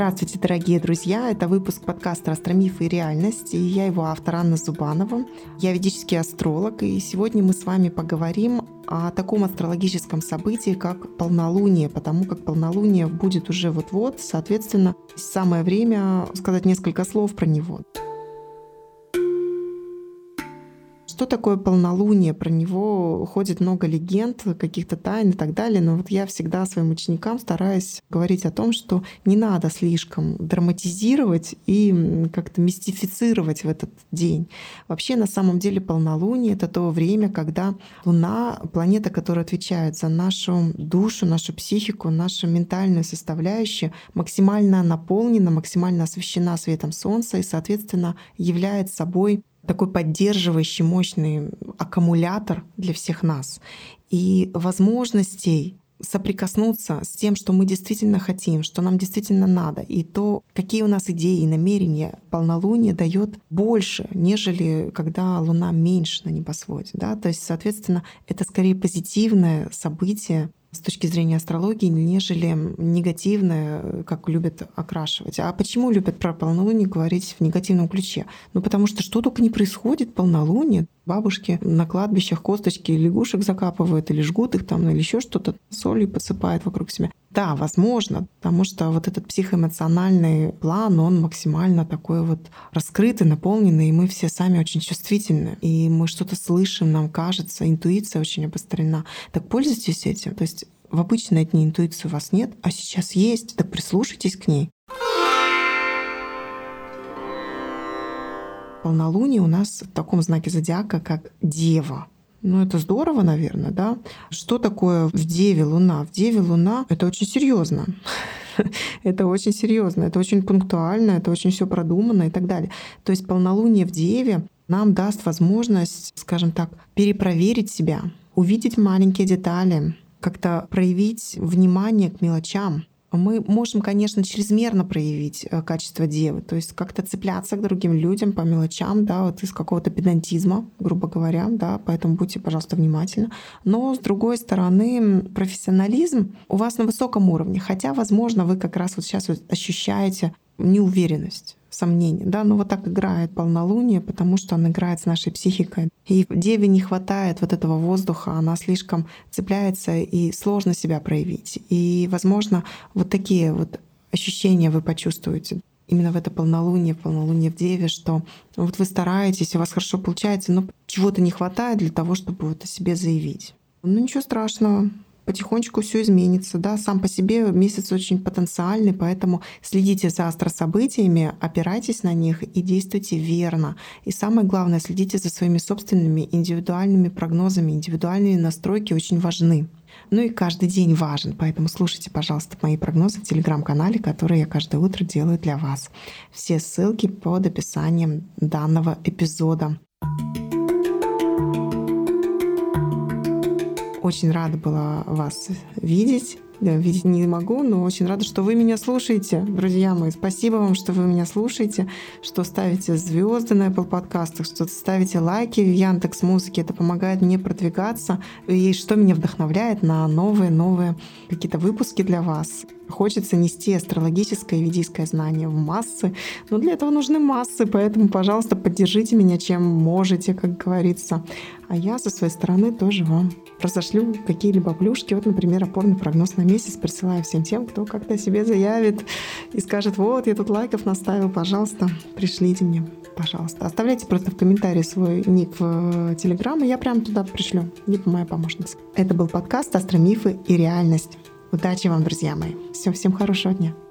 Здравствуйте, дорогие друзья! Это выпуск подкаста «Астромифы и реальность», и я его автор Анна Зубанова. Я ведический астролог, и сегодня мы с вами поговорим о таком астрологическом событии, как полнолуние, потому как полнолуние будет уже вот-вот, соответственно, самое время сказать несколько слов про него. Что такое полнолуние? Про него ходит много легенд, каких-то тайн и так далее. Но вот я всегда своим ученикам стараюсь говорить о том, что не надо слишком драматизировать и как-то мистифицировать в этот день. Вообще, на самом деле, полнолуние — это то время, когда Луна, планета, которая отвечает за нашу душу, нашу психику, нашу ментальную составляющую, максимально наполнена, максимально освещена светом Солнца и, соответственно, является собой такой поддерживающий мощный аккумулятор для всех нас. И возможностей соприкоснуться с тем, что мы действительно хотим, что нам действительно надо, и то, какие у нас идеи и намерения, полнолуние дает больше, нежели когда Луна меньше на небосводе. Да? То есть, соответственно, это скорее позитивное событие с точки зрения астрологии, нежели негативное, как любят окрашивать. А почему любят про полнолуние говорить в негативном ключе? Ну, потому что только не происходит полнолуние. Бабушки на кладбищах косточки лягушек закапывают или жгут их там, или еще что-то, солью подсыпают вокруг себя. Да, возможно, потому что вот этот психоэмоциональный план, он максимально такой вот раскрытый, наполненный, и мы все сами очень чувствительны, и мы что-то слышим, нам кажется, интуиция очень обострена. Так пользуйтесь этим. То есть в обычные дни интуиции у вас нет, а сейчас есть, так прислушайтесь к ней. Полнолуние у нас в таком знаке зодиака, как Дева. Ну, это здорово, наверное, да? Что такое в Деве Луна? В Деве Луна — это очень серьезно. Это очень серьезно, это очень пунктуально, это очень все продумано и так далее. То есть полнолуние в Деве нам даст возможность, скажем так, перепроверить себя, увидеть маленькие детали, как-то проявить внимание к мелочам. Мы можем, конечно, чрезмерно проявить качество Девы, то есть как-то цепляться к другим людям по мелочам, да, вот из какого-то педантизма, грубо говоря, да, поэтому будьте, пожалуйста, внимательны. Но, с другой стороны, профессионализм у вас на высоком уровне, хотя, возможно, вы как раз вот сейчас вот ощущаете неуверенность, сомнения, да, но вот так играет полнолуние, потому что он играет с нашей психикой. И Деве не хватает вот этого воздуха, она слишком цепляется, и сложно себя проявить. И, возможно, вот такие вот ощущения вы почувствуете именно в это полнолуние в Деве, что вот вы стараетесь, у вас хорошо получается, но чего-то не хватает для того, чтобы вот о себе заявить. Ну ничего страшного. Потихонечку все изменится. Да? Сам по себе месяц очень потенциальный, поэтому следите за астрособытиями, опирайтесь на них и действуйте верно. И самое главное, следите за своими собственными индивидуальными прогнозами. Индивидуальные настройки очень важны. Ну и каждый день важен, поэтому слушайте, пожалуйста, мои прогнозы в телеграм-канале, который я каждое утро делаю для вас. Все ссылки под описанием данного эпизода. Очень рада была вас видеть. Да, видеть не могу, но очень рада, что вы меня слушаете, друзья мои. Спасибо вам, что вы меня слушаете, что ставите звезды на Apple подкастах, что ставите лайки в Яндекс.Музыке. Это помогает мне продвигаться. И что меня вдохновляет на новые какие-то выпуски для вас. Хочется нести астрологическое и ведическое знание в массы. Но для этого нужны массы, поэтому, пожалуйста, поддержите меня, чем можете, как говорится. А я со своей стороны тоже вам разошлю какие-либо плюшки. Вот, например, опорный прогноз на месяц присылаю всем тем, кто как-то о себе заявит и скажет: вот, я тут лайков наставил, пожалуйста, пришлите мне, пожалуйста. Оставляйте просто в комментарии свой ник в Телеграм, и я прямо туда пришлю, либо моя помощница. Это был подкаст «Астромифы и реальность». Удачи вам, друзья мои. Всем хорошего дня.